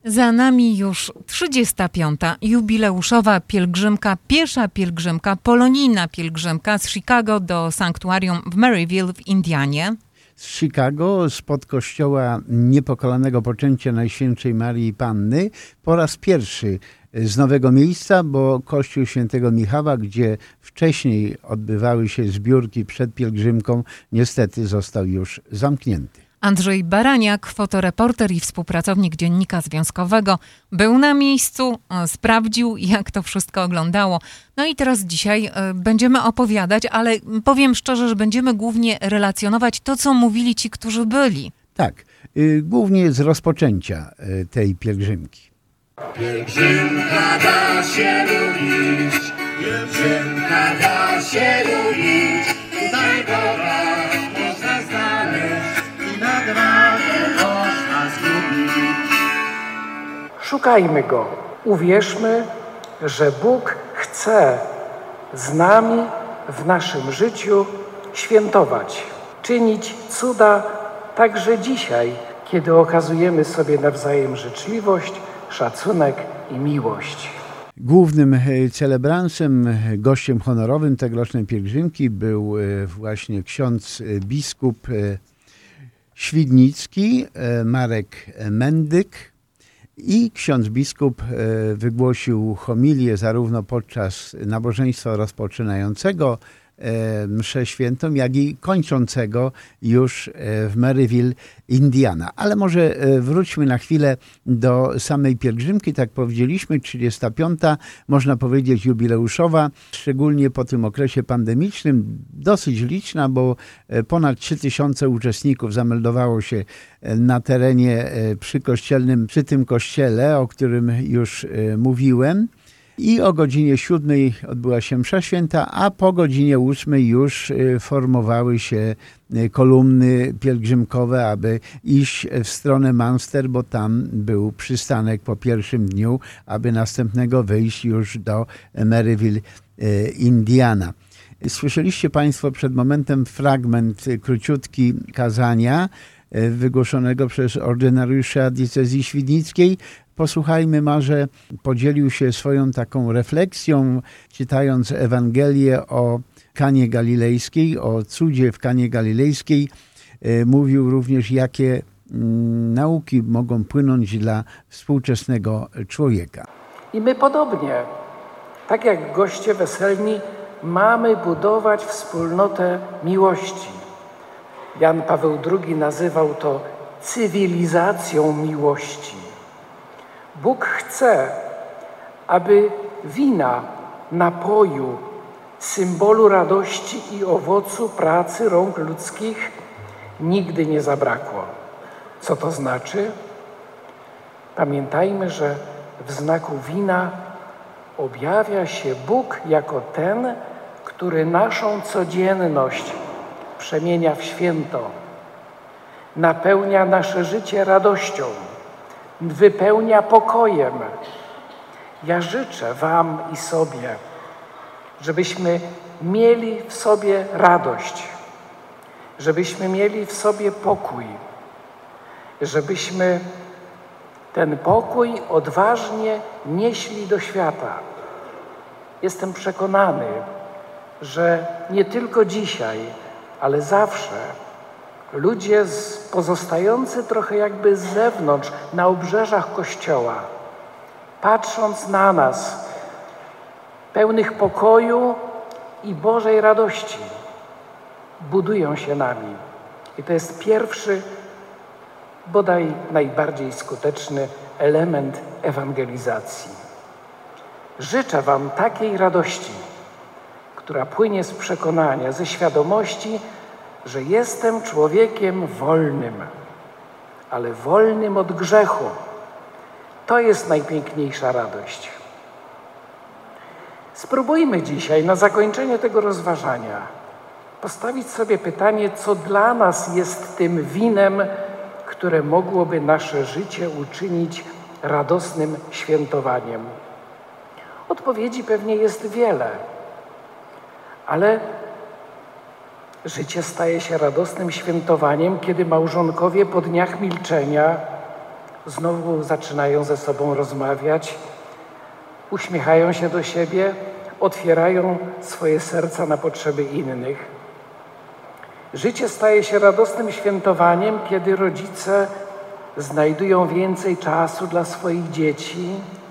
Za nami już 35. jubileuszowa pielgrzymka, piesza pielgrzymka, polonijna pielgrzymka z Chicago do sanktuarium w Maryville w Indianie. Z Chicago, spod kościoła Niepokalanego Poczęcia Najświętszej Maryi Panny, po raz pierwszy z nowego miejsca, bo kościół Świętego Michała, gdzie wcześniej odbywały się zbiórki przed pielgrzymką, niestety został już zamknięty. Andrzej Baraniak, fotoreporter i współpracownik Dziennika Związkowego, był na miejscu, sprawdził, jak to wszystko oglądało. No i teraz dzisiaj będziemy opowiadać, ale powiem szczerze, że będziemy głównie relacjonować to, co mówili ci, którzy byli. Tak, głównie z rozpoczęcia tej pielgrzymki. Pielgrzymka da się lubić, pielgrzymka da się lubić, tutaj Boga można znaleźć i nadwagę można zgubić. Szukajmy Go, uwierzmy, że Bóg chce z nami w naszym życiu świętować, czynić cuda także dzisiaj, kiedy okazujemy sobie nawzajem życzliwość, szacunek i miłość. Głównym celebransem, gościem honorowym tegorocznej pielgrzymki był właśnie ksiądz biskup świdnicki Marek Mendyk i ksiądz biskup wygłosił homilię zarówno podczas nabożeństwa rozpoczynającego mszę świętą, jak i kończącego już w Maryville, Indiana. Ale może wróćmy na chwilę do samej pielgrzymki. Tak powiedzieliśmy, 35. można powiedzieć jubileuszowa, szczególnie po tym okresie pandemicznym, dosyć liczna, bo ponad 3000 uczestników zameldowało się na terenie przykościelnym, przy tym kościele, o którym już mówiłem. I o godzinie 7 odbyła się msza święta, a po godzinie 8 już formowały się kolumny pielgrzymkowe, aby iść w stronę Munster, bo tam był przystanek po pierwszym dniu, aby następnego wyjść już do Maryville, Indiana. Słyszeliście Państwo przed momentem fragment króciutki kazania wygłoszonego przez ordynariusza diecezji świdnickiej. Posłuchajmy, może podzielił się swoją taką refleksją, czytając Ewangelię o Kanie Galilejskiej, o cudzie w Kanie Galilejskiej. Mówił również, jakie nauki mogą płynąć dla współczesnego człowieka. I my podobnie, tak jak goście weselni, mamy budować wspólnotę miłości. Jan Paweł II nazywał to cywilizacją miłości. Bóg chce, aby wina, napoju, symbolu radości i owocu pracy rąk ludzkich nigdy nie zabrakło. Co to znaczy? Pamiętajmy, że w znaku wina objawia się Bóg jako ten, który naszą codzienność przemienia w święto, napełnia nasze życie radością, wypełnia pokojem. Ja życzę Wam i sobie, żebyśmy mieli w sobie radość, żebyśmy mieli w sobie pokój, żebyśmy ten pokój odważnie nieśli do świata. Jestem przekonany, że nie tylko dzisiaj, ale zawsze ludzie pozostający trochę jakby z zewnątrz, na obrzeżach Kościoła, patrząc na nas, pełnych pokoju i Bożej radości, budują się nami. I to jest pierwszy, bodaj najbardziej skuteczny element ewangelizacji. Życzę Wam takiej radości, która płynie z przekonania, ze świadomości, że jestem człowiekiem wolnym, ale wolnym od grzechu. To jest najpiękniejsza radość. Spróbujmy dzisiaj na zakończenie tego rozważania postawić sobie pytanie, co dla nas jest tym winem, które mogłoby nasze życie uczynić radosnym świętowaniem. Odpowiedzi pewnie jest wiele, ale życie staje się radosnym świętowaniem, kiedy małżonkowie po dniach milczenia Znowu zaczynają ze sobą rozmawiać, uśmiechają się do siebie, otwierają swoje serca na potrzeby innych. Życie staje się radosnym świętowaniem, kiedy rodzice znajdują więcej czasu dla swoich dzieci.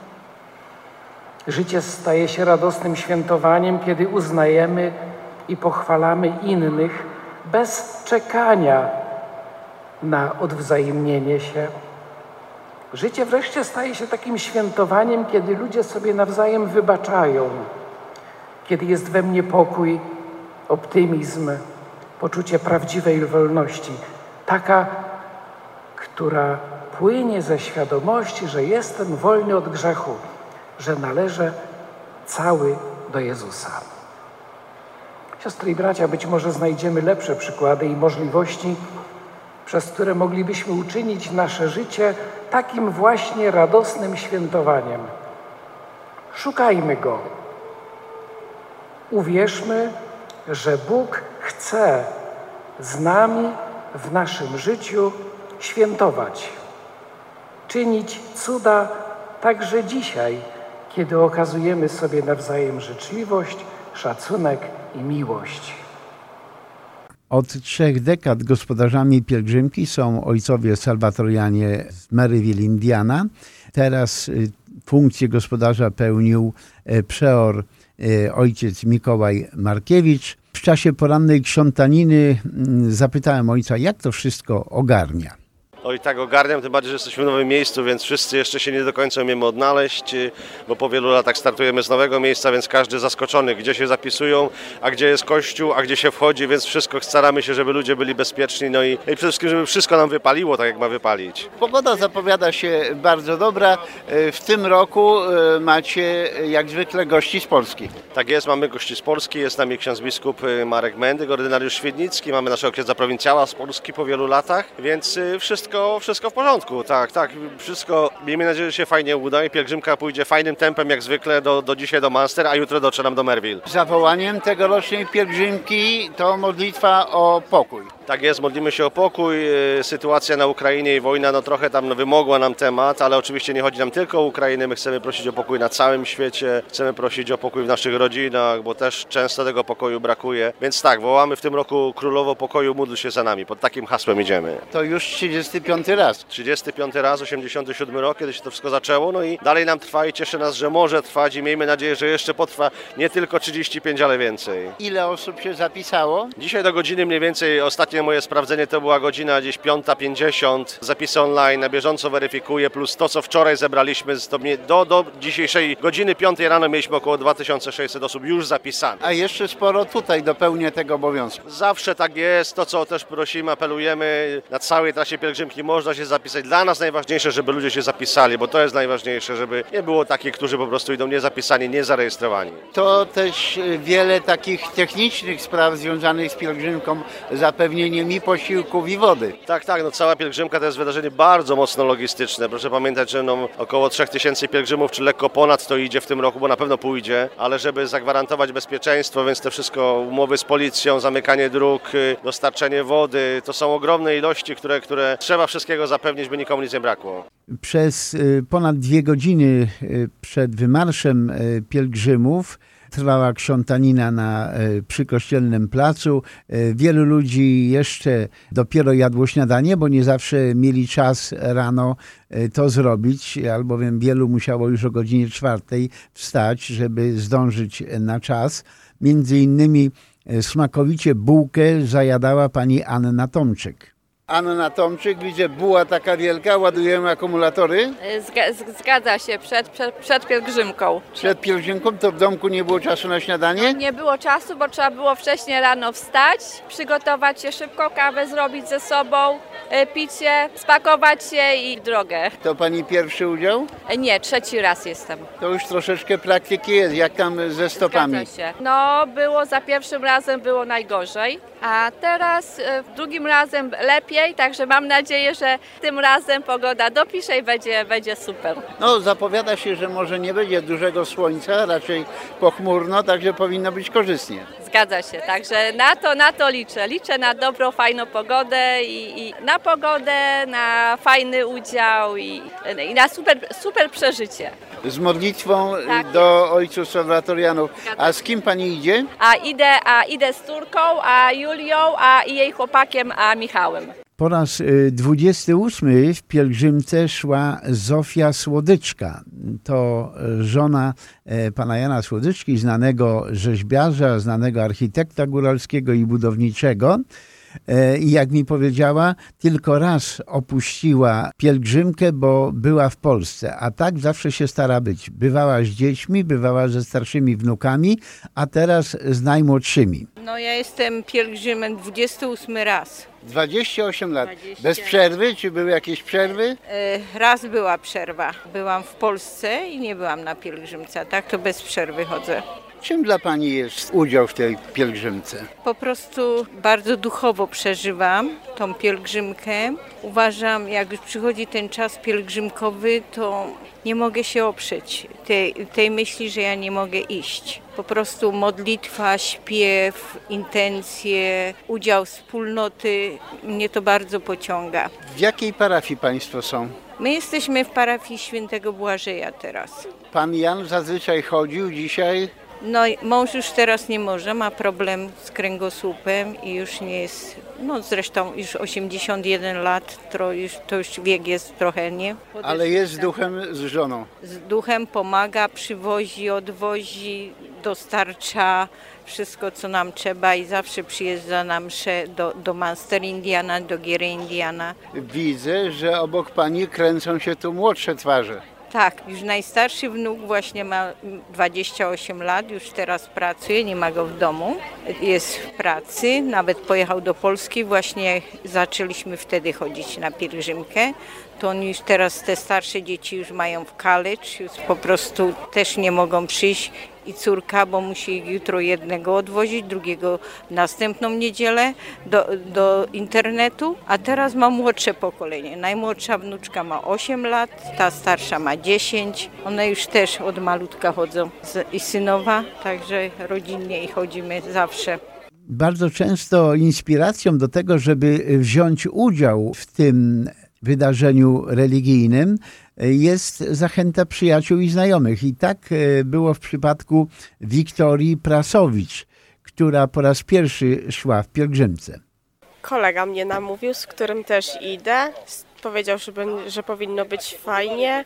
Życie staje się radosnym świętowaniem, kiedy uznajemy i pochwalamy innych bez czekania na odwzajemnienie się. Życie wreszcie staje się takim świętowaniem, kiedy ludzie sobie nawzajem wybaczają, kiedy jest we mnie pokój, optymizm, poczucie prawdziwej wolności, taka, która płynie ze świadomości, że jestem wolny od grzechu, że należę cały do Jezusa. Siostry i bracia, być może znajdziemy lepsze przykłady i możliwości, przez które moglibyśmy uczynić nasze życie takim właśnie radosnym świętowaniem. Szukajmy Go. Uwierzmy, że Bóg chce z nami w naszym życiu świętować, czynić cuda także dzisiaj, kiedy okazujemy sobie nawzajem życzliwość, szacunek i miłość. Od 3 dekad gospodarzami pielgrzymki są ojcowie salwatorianie z Maryville, Indiana. Teraz funkcję gospodarza pełnił przeor ojciec Mikołaj Markiewicz. W czasie porannej krzątaniny zapytałem ojca, jak to wszystko ogarnia. No i tak ogarniam, tym bardziej, że jesteśmy w nowym miejscu, więc wszyscy jeszcze się nie do końca umiemy odnaleźć, bo po wielu latach startujemy z nowego miejsca, więc każdy zaskoczony, gdzie się zapisują, a gdzie jest kościół, a gdzie się wchodzi, więc wszystko staramy się, żeby ludzie byli bezpieczni, no i przede wszystkim, żeby wszystko nam wypaliło tak, jak ma wypalić. Pogoda zapowiada się bardzo dobra. W tym roku macie jak zwykle gości z Polski. Tak jest, mamy gości z Polski, jest z nami ksiądz biskup Marek Mendyk, ordynariusz świdnicki, mamy naszego księdza prowincjała z Polski po wielu latach, więc wszystko w porządku, tak, wszystko, miejmy nadzieję, że się fajnie uda i pielgrzymka pójdzie fajnym tempem jak zwykle do dzisiaj do Munster, a jutro dotrzemy do Maryville. Zawołaniem tegorocznej pielgrzymki to modlitwa o pokój. Tak jest, modlimy się o pokój. Sytuacja na Ukrainie i wojna trochę tam wymogła nam temat, ale oczywiście nie chodzi nam tylko o Ukrainę. My chcemy prosić o pokój na całym świecie, chcemy prosić o pokój w naszych rodzinach, bo też często tego pokoju brakuje. Więc tak, wołamy w tym roku Królowo Pokoju, módl się za nami. Pod takim hasłem idziemy. To już 35 raz. 35 raz, 87 rok, kiedy się to wszystko zaczęło. No i dalej nam trwa i cieszy nas, że może trwać i miejmy nadzieję, że jeszcze potrwa nie tylko 35, ale więcej. Ile osób się zapisało? Dzisiaj do godziny mniej więcej, ostatnie moje sprawdzenie to była godzina gdzieś 5:50. Zapisy online, na bieżąco weryfikuję, plus to, co wczoraj zebraliśmy, do dzisiejszej godziny 5 rano mieliśmy około 2600 osób już zapisanych. A jeszcze sporo tutaj dopełnia tego obowiązku. Zawsze tak jest, to co też prosimy, apelujemy, na całej trasie pielgrzymki można się zapisać. Dla nas najważniejsze, żeby ludzie się zapisali, bo to jest najważniejsze, żeby nie było takich, którzy po prostu idą niezapisani, niezarejestrowani. To też wiele takich technicznych spraw związanych z pielgrzymką, zapewnieniem i posiłków i wody. Tak, no cała pielgrzymka to jest wydarzenie bardzo mocno logistyczne. Proszę pamiętać, że około 3000 pielgrzymów, czy lekko ponad to idzie w tym roku, bo na pewno pójdzie, ale żeby zagwarantować bezpieczeństwo, więc te wszystko umowy z policją, zamykanie dróg, dostarczenie wody, to są ogromne ilości, które trzeba wszystkiego zapewnić, by nikomu nic nie brakło. Przez ponad 2 godziny przed wymarszem pielgrzymów trwała krzątanina na przykościelnym placu. Wielu ludzi jeszcze dopiero jadło śniadanie, bo nie zawsze mieli czas rano to zrobić, albowiem wielu musiało już o godzinie 4 wstać, żeby zdążyć na czas. Między innymi smakowicie bułkę zajadała pani Anna Tomczyk. Anna Tomczyk, widzę, buła taka wielka, ładujemy akumulatory. Zgadza się, przed pielgrzymką. Przed pielgrzymką to w domku nie było czasu na śniadanie? Nie było czasu, bo trzeba było wcześniej rano wstać, przygotować się szybko, kawę zrobić ze sobą, picie, spakować się i w drogę. To pani pierwszy udział? Nie, 3. raz jestem. To już troszeczkę praktyki jest, jak tam ze stopami? Zgadza się. No, za pierwszym razem było najgorzej, a teraz drugim razem lepiej, także mam nadzieję, że tym razem pogoda dopisze i będzie super. No, zapowiada się, że może nie będzie dużego słońca, raczej pochmurno, także powinno być korzystnie. Zgadza się, także na to liczę. Liczę na dobrą, fajną pogodę i na pogodę, na fajny udział i na super przeżycie. Z modlitwą Tak do ojców salwatorianów. A z kim pani idzie? Idę z córką, a Julią, i jej chłopakiem, a Michałem. Po raz 28 w pielgrzymce szła Zofia Słodyczka. To żona pana Jana Słodyczki, znanego rzeźbiarza, znanego architekta góralskiego i budowniczego. I jak mi powiedziała, tylko raz opuściła pielgrzymkę, bo była w Polsce, a tak zawsze się stara być. Bywała z dziećmi, bywała ze starszymi wnukami, a teraz z najmłodszymi. No ja jestem pielgrzymem 28 raz. 28 lat. Bez przerwy? Czy były jakieś przerwy? Raz była przerwa. Byłam w Polsce i nie byłam na pielgrzymce, a tak to bez przerwy chodzę. Czym dla pani jest udział w tej pielgrzymce? Po prostu bardzo duchowo przeżywam tą pielgrzymkę. Uważam, jak już przychodzi ten czas pielgrzymkowy, to nie mogę się oprzeć tej myśli, że ja nie mogę iść. Po prostu modlitwa, śpiew, intencje, udział wspólnoty, mnie to bardzo pociąga. W jakiej parafii państwo są? My jesteśmy w parafii Świętego Błażeja teraz. Pan Jan zazwyczaj chodził, dzisiaj? No mąż już teraz nie może, ma problem z kręgosłupem i już nie jest, no zresztą już 81 lat, to już wiek jest trochę, nie? Ale jest z duchem, z żoną. Z duchem pomaga, przywozi, odwozi, dostarcza wszystko, co nam trzeba i zawsze przyjeżdża na mszę do Munster Indiana, do Giery Indiana. Widzę, że obok pani kręcą się tu młodsze twarze. Tak, już najstarszy wnuk właśnie ma 28 lat, już teraz pracuje, nie ma go w domu, jest w pracy, nawet pojechał do Polski, właśnie zaczęliśmy wtedy chodzić na pielgrzymkę. To oni już teraz, te starsze dzieci już mają w college, już po prostu też nie mogą przyjść i córka, bo musi jutro jednego odwozić, drugiego następną niedzielę do internetu, a teraz ma młodsze pokolenie. Najmłodsza wnuczka ma 8 lat, ta starsza ma 10. One już też od malutka chodzą i synowa, także rodzinnie i chodzimy zawsze. Bardzo często inspiracją do tego, żeby wziąć udział w tym wydarzeniu religijnym jest zachęta przyjaciół i znajomych. I tak było w przypadku Wiktorii Prasowicz, która po raz pierwszy szła w pielgrzymce. Kolega mnie namówił, z którym też idę. Powiedział, że powinno być fajnie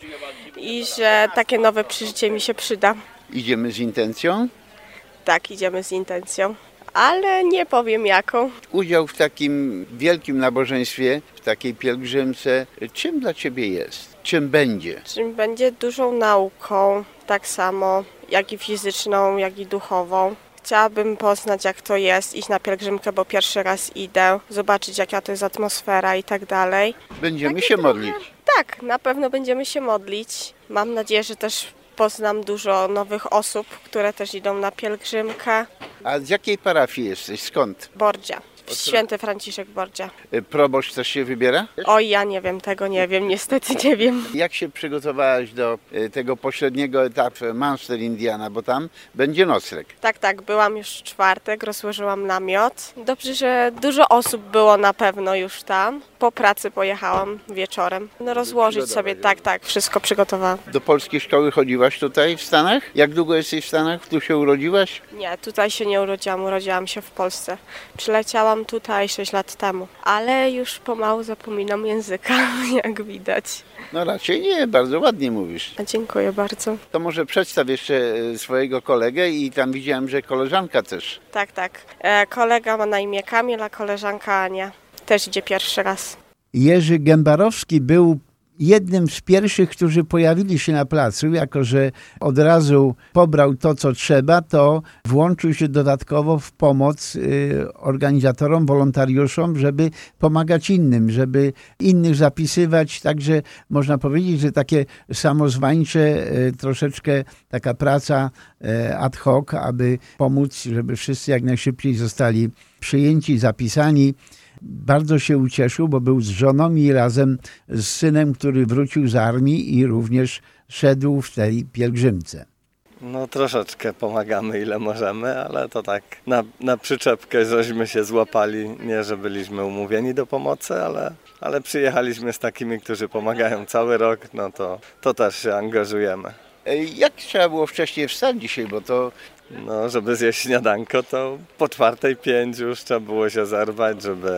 i że takie nowe przeżycie mi się przyda. Idziemy z intencją? Tak, idziemy z intencją, ale nie powiem jaką. Udział w takim wielkim nabożeństwie, w takiej pielgrzymce, czym dla ciebie jest? Czym będzie? Czym będzie dużą nauką, tak samo jak i fizyczną, jak i duchową. Chciałabym poznać, jak to jest, iść na pielgrzymkę, bo pierwszy raz idę, zobaczyć, jaka to jest atmosfera i tak dalej. Będziemy się modlić. Tak, na pewno będziemy się modlić. Mam nadzieję, że też poznam dużo nowych osób, które też idą na pielgrzymkę. A z jakiej parafii jesteś? Skąd? Bordzia. Święty Franciszek Bordzia. Proboszcz też się wybiera? Oj, ja nie wiem, tego nie wiem, niestety nie wiem. Jak się przygotowałaś do tego pośredniego etapu Munster Indiana, bo tam będzie nocleg? Tak, byłam już w czwartek, rozłożyłam namiot. Dobrze, że dużo osób było na pewno już tam. Po pracy pojechałam wieczorem. No rozłożyć sobie, tak, wszystko przygotowałam. Do polskiej szkoły chodziłaś tutaj w Stanach? Jak długo jesteś w Stanach? Tu się urodziłaś? Nie, tutaj się nie urodziłam się w Polsce. Przyleciałam tutaj 6 lat temu, ale już pomału zapominam języka, jak widać. No raczej nie, bardzo ładnie mówisz. Dziękuję bardzo. To może przedstaw jeszcze swojego kolegę i tam widziałem, że koleżanka też. Tak. Kolega ma na imię Kamil, a koleżanka Ania. Też idzie pierwszy raz. Jerzy Gębarowski był jednym z pierwszych, którzy pojawili się na placu, jako że od razu pobrał to, co trzeba, to włączył się dodatkowo w pomoc organizatorom, wolontariuszom, żeby pomagać innym, żeby innych zapisywać. Także można powiedzieć, że takie samozwańcze, troszeczkę taka praca ad hoc, aby pomóc, żeby wszyscy jak najszybciej zostali przyjęci, zapisani. Bardzo się ucieszył, bo był z żoną i razem z synem, który wrócił z armii i również szedł w tej pielgrzymce. No troszeczkę pomagamy ile możemy, ale to tak na przyczepkę żeśmy się złapali. Nie, że byliśmy umówieni do pomocy, ale przyjechaliśmy z takimi, którzy pomagają cały rok, no to też się angażujemy. Jak trzeba było wcześniej wstać dzisiaj, bo to... No, żeby zjeść śniadanko, to po 4:05 już trzeba było się zerwać,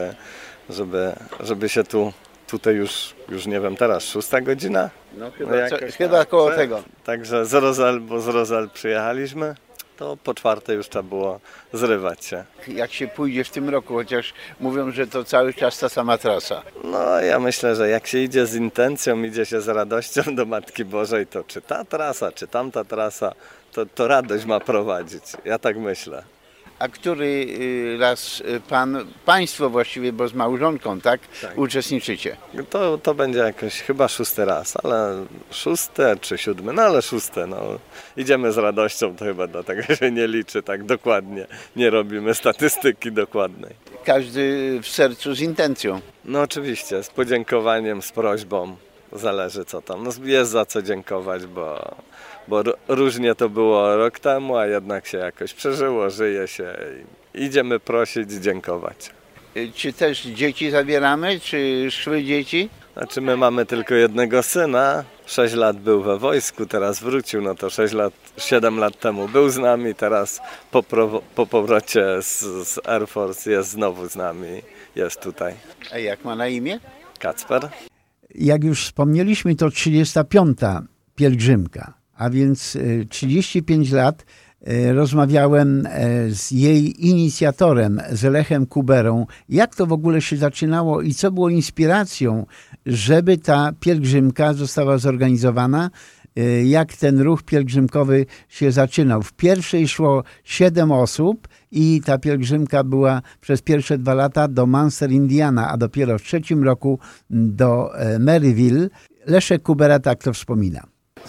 żeby się tutaj już nie wiem, teraz 6 godzina? No chyba koło tego. Także z Rozel przyjechaliśmy, to po 4:00 już trzeba było zrywać się. Jak się pójdzie w tym roku, chociaż mówią, że to cały czas ta sama trasa. No ja myślę, że jak się idzie z intencją, idzie się z radością do Matki Bożej, to czy ta trasa, czy tamta trasa, to radość ma prowadzić. Ja tak myślę. A który raz państwo właściwie, bo z małżonką, tak? Uczestniczycie? To będzie jakoś chyba 6. raz, ale 6. czy 7, no ale 6. No. Idziemy z radością, to chyba dlatego się nie liczy tak dokładnie. Nie robimy statystyki dokładnej. Każdy w sercu z intencją. No oczywiście, z podziękowaniem, z prośbą. Zależy co tam. No, jest za co dziękować, bo różnie to było rok temu, a jednak się jakoś przeżyło, żyje się i idziemy prosić, dziękować. Czy też dzieci zabieramy, czy szły dzieci? Znaczy my mamy tylko jednego syna, 6 lat był we wojsku, teraz wrócił, no to 7 lat temu był z nami, teraz po powrocie z Air Force jest znowu z nami, jest tutaj. A jak ma na imię? Kacper. Jak już wspomnieliśmy, to 35. pielgrzymka, a więc 35 lat rozmawiałem z jej inicjatorem, z Lechem Kuberą, jak to w ogóle się zaczynało i co było inspiracją, żeby ta pielgrzymka została zorganizowana, jak ten ruch pielgrzymkowy się zaczynał. W pierwszej szło 7 osób i ta pielgrzymka była przez pierwsze 2 lata do Munster, Indiana, a dopiero w 3. roku do Maryville. Leszek Kubera tak to wspomina.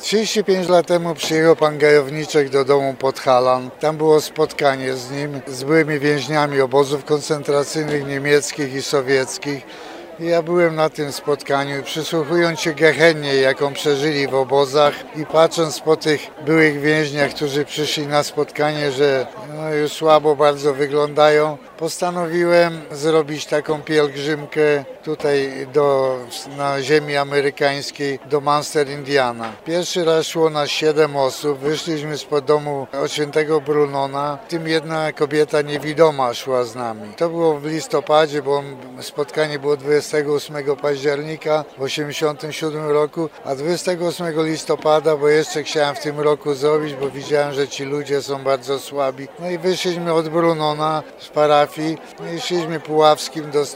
35 lat temu przyjechał pan Gajowniczek do domu Podhalan. Tam było spotkanie z nim, z byłymi więźniami obozów koncentracyjnych niemieckich i sowieckich. Ja byłem na tym spotkaniu, przysłuchując się gehennie, jaką przeżyli w obozach i patrząc po tych byłych więźniach, którzy przyszli na spotkanie, że już słabo bardzo wyglądają, postanowiłem zrobić taką pielgrzymkę tutaj na ziemi amerykańskiej do Munster, Indiana. Pierwszy raz szło nas 7 osób, wyszliśmy spod domu od świętego Brunona, w tym jedna kobieta niewidoma szła z nami. To było w listopadzie, bo spotkanie było 28 października w 1987 roku, a 28 listopada, bo jeszcze chciałem w tym roku zrobić, bo widziałem, że ci ludzie są bardzo słabi. No i wyszliśmy od Brunona z parafii, no i szliśmy Puławskim do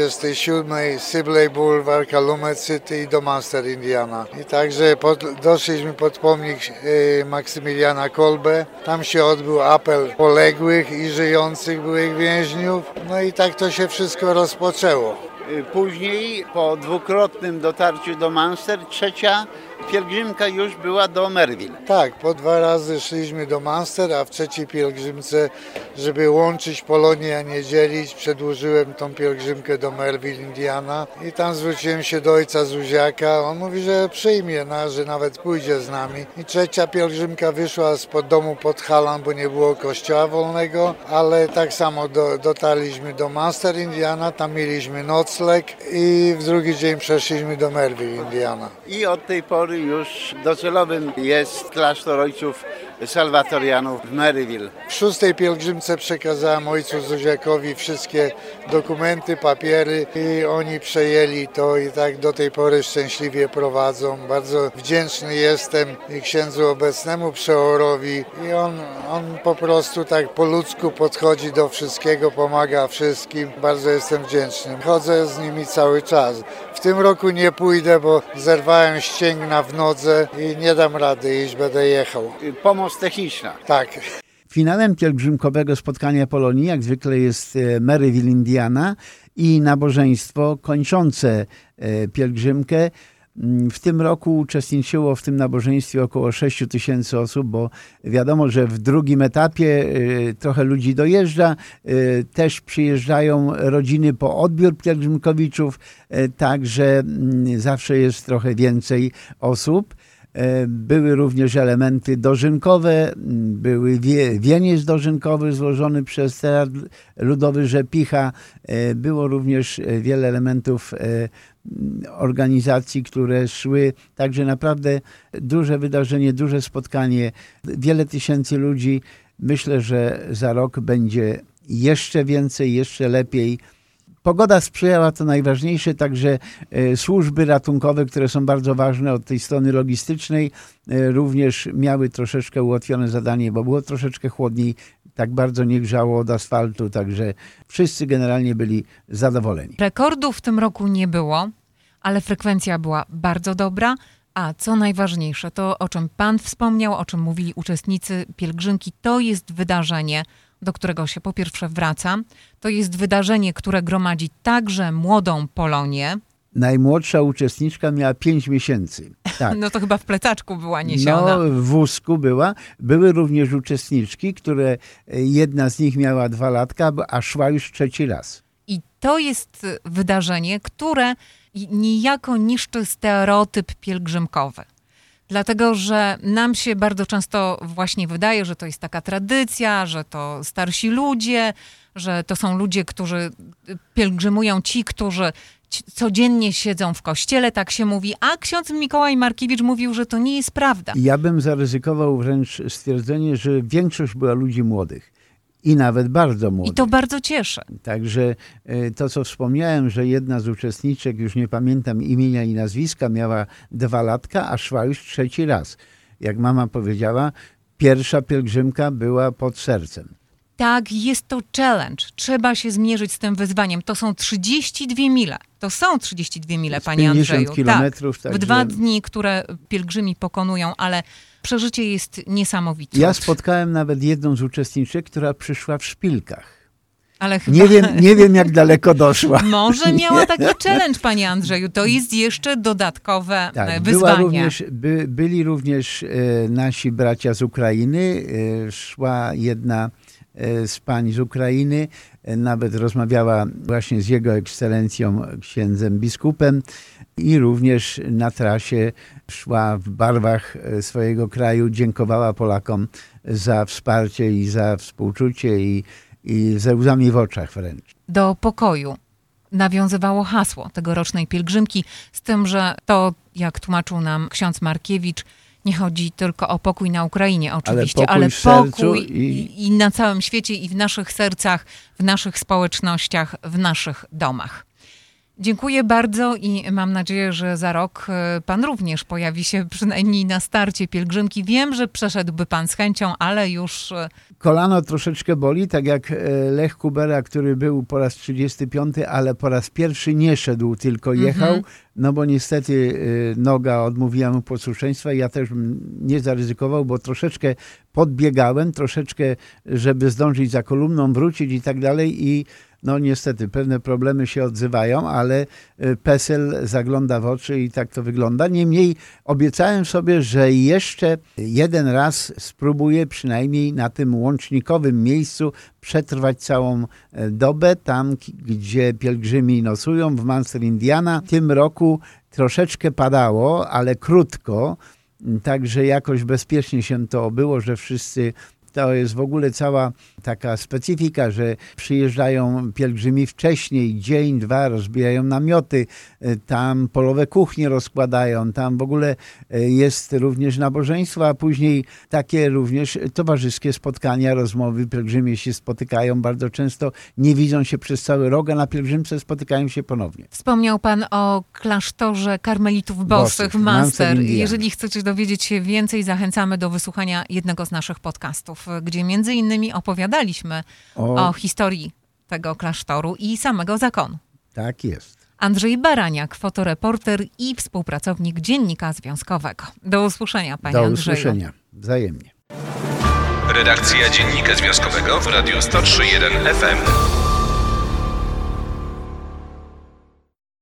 127, Sibley Boulevard, Calumet City i do Munster, Indiana. I także doszliśmy pod pomnik Maksymiliana Kolbe. Tam się odbył apel poległych i żyjących byłych więźniów. No i tak to się wszystko rozpoczęło. Później, po dwukrotnym dotarciu do Munster, 3. pielgrzymka już była do Maryville. Tak, po 2 razy szliśmy do Munster, a w 3. pielgrzymce, żeby łączyć Polonię, a nie dzielić, przedłużyłem tą pielgrzymkę do Maryville, Indiana i tam zwróciłem się do ojca Zuziaka. On mówi, że przyjmie nas, że nawet pójdzie z nami. I 3. pielgrzymka wyszła spod domu Podhalan, bo nie było kościoła wolnego, ale tak samo dotarliśmy do Munster, Indiana, tam mieliśmy nocleg i w drugi dzień przeszliśmy do Maryville, Indiana. I od tej pory już docelowym jest klasztor ojców salwatorianów w Maryville. W 6. pielgrzymce przekazałem ojcu Zuziakowi wszystkie dokumenty, papiery i oni przejęli to i tak do tej pory szczęśliwie prowadzą. Bardzo wdzięczny jestem i księdzu obecnemu przeorowi i on po prostu tak po ludzku podchodzi do wszystkiego, pomaga wszystkim. Bardzo jestem wdzięczny. Chodzę z nimi cały czas. W tym roku nie pójdę, bo zerwałem ścięgna w nodze i nie dam rady iść, będę jechał. Pomoc techniczna. Tak. Finałem pielgrzymkowego spotkania Polonii jak zwykle jest Maryville, Indiana i nabożeństwo kończące pielgrzymkę. W tym roku uczestniczyło w tym nabożeństwie około 6 000 osób, bo wiadomo, że w drugim etapie trochę ludzi dojeżdża, też przyjeżdżają rodziny po odbiór pielgrzymkowiczów, także zawsze jest trochę więcej osób. Były również elementy dożynkowe, były wieniec dożynkowy złożony przez Teatr Ludowy Rzepicha. Było również wiele elementów organizacji, które szły. Także naprawdę duże wydarzenie, duże spotkanie, wiele tysięcy ludzi. Myślę, że za rok będzie jeszcze więcej, jeszcze lepiej. Pogoda sprzyjała, to najważniejsze, także służby ratunkowe, które są bardzo ważne od tej strony logistycznej, również miały troszeczkę ułatwione zadanie, bo było troszeczkę chłodniej, tak bardzo nie grzało od asfaltu, także wszyscy generalnie byli zadowoleni. Rekordów w tym roku nie było, ale frekwencja była bardzo dobra, a co najważniejsze, to o czym Pan wspomniał, o czym mówili uczestnicy pielgrzymki, to jest wydarzenie, do którego się po pierwsze wraca. To jest wydarzenie, które gromadzi także młodą Polonię. Najmłodsza uczestniczka miała 5 miesięcy. Tak. No to chyba w plecaczku była niesiona. No, w wózku była. Były również uczestniczki, które jedna z nich miała 2 latka, a szła już 3. raz. I to jest wydarzenie, które niejako niszczy stereotyp pielgrzymkowy. Dlatego, że nam się bardzo często właśnie wydaje, że to jest taka tradycja, że to starsi ludzie, że to są ludzie, którzy pielgrzymują ci, którzy codziennie siedzą w kościele, tak się mówi, a ksiądz Mikołaj Markiewicz mówił, że to nie jest prawda. Ja bym zaryzykował wręcz stwierdzenie, że większość była ludzi młodych. I nawet bardzo młodych. I to bardzo cieszy. Także to, co wspomniałem, że jedna z uczestniczek, już nie pamiętam imienia i nazwiska, miała 2 latka, a szła już 3. raz. Jak mama powiedziała, pierwsza pielgrzymka była pod sercem. Tak, jest to challenge. Trzeba się zmierzyć z tym wyzwaniem. To są 32 mile. To są 32 mile, panie Andrzeju. Kilometrów, tak, w 2 dni, które pielgrzymi pokonują, ale przeżycie jest niesamowite. Ja spotkałem nawet jedną z uczestniczek, która przyszła w szpilkach. Ale chyba... nie wiem, jak daleko doszła. Może miała taki challenge, panie Andrzeju. To jest jeszcze dodatkowe wyzwanie. Byli również nasi bracia z Ukrainy. Szła jedna z pań z Ukrainy, nawet rozmawiała właśnie z jego ekscelencją księdzem biskupem i również na trasie szła w barwach swojego kraju, dziękowała Polakom za wsparcie i za współczucie i ze łzami w oczach wręcz. Do pokoju nawiązywało hasło tegorocznej pielgrzymki, z tym, że to, jak tłumaczył nam ksiądz Markiewicz, nie chodzi tylko o pokój na Ukrainie oczywiście, ale pokój i na całym świecie i w naszych sercach, w naszych społecznościach, w naszych domach. Dziękuję bardzo i mam nadzieję, że za rok pan również pojawi się przynajmniej na starcie pielgrzymki. Wiem, że przeszedłby pan z chęcią, ale już... Kolano troszeczkę boli, tak jak Lech Kubera, który był po raz 35, ale po raz pierwszy nie szedł, tylko jechał, no bo niestety noga odmówiła mu posłuszeństwa. Ja też bym nie zaryzykował, bo troszeczkę podbiegałem, troszeczkę, żeby zdążyć za kolumną, wrócić i tak dalej i no niestety pewne problemy się odzywają, ale PESEL zagląda w oczy i tak to wygląda. Niemniej obiecałem sobie, że jeszcze jeden raz spróbuję przynajmniej na tym łącznikowym miejscu przetrwać całą dobę, tam gdzie pielgrzymi nocują, w Munster Indiana. W tym roku troszeczkę padało, ale krótko, także jakoś bezpiecznie się to obyło, że wszyscy... To jest w ogóle cała taka specyfika, że przyjeżdżają pielgrzymi wcześniej, dzień, 2, rozbijają namioty, tam polowe kuchnie rozkładają, tam w ogóle jest również nabożeństwo, a później takie również towarzyskie spotkania, rozmowy. Pielgrzymi się spotykają bardzo często, nie widzą się przez cały rok, a na pielgrzymce spotykają się ponownie. Wspomniał pan o klasztorze karmelitów bosych w Munster. Jeżeli chcecie dowiedzieć się więcej, zachęcamy do wysłuchania jednego z naszych podcastów, gdzie między innymi opowiadaliśmy o historii tego klasztoru i samego zakonu. Tak jest. Andrzej Baraniak, fotoreporter i współpracownik Dziennika Związkowego. Do usłyszenia, panie Andrzeju. Do usłyszenia. Wzajemnie. Redakcja Dziennika Związkowego w Radiu 103.1 FM.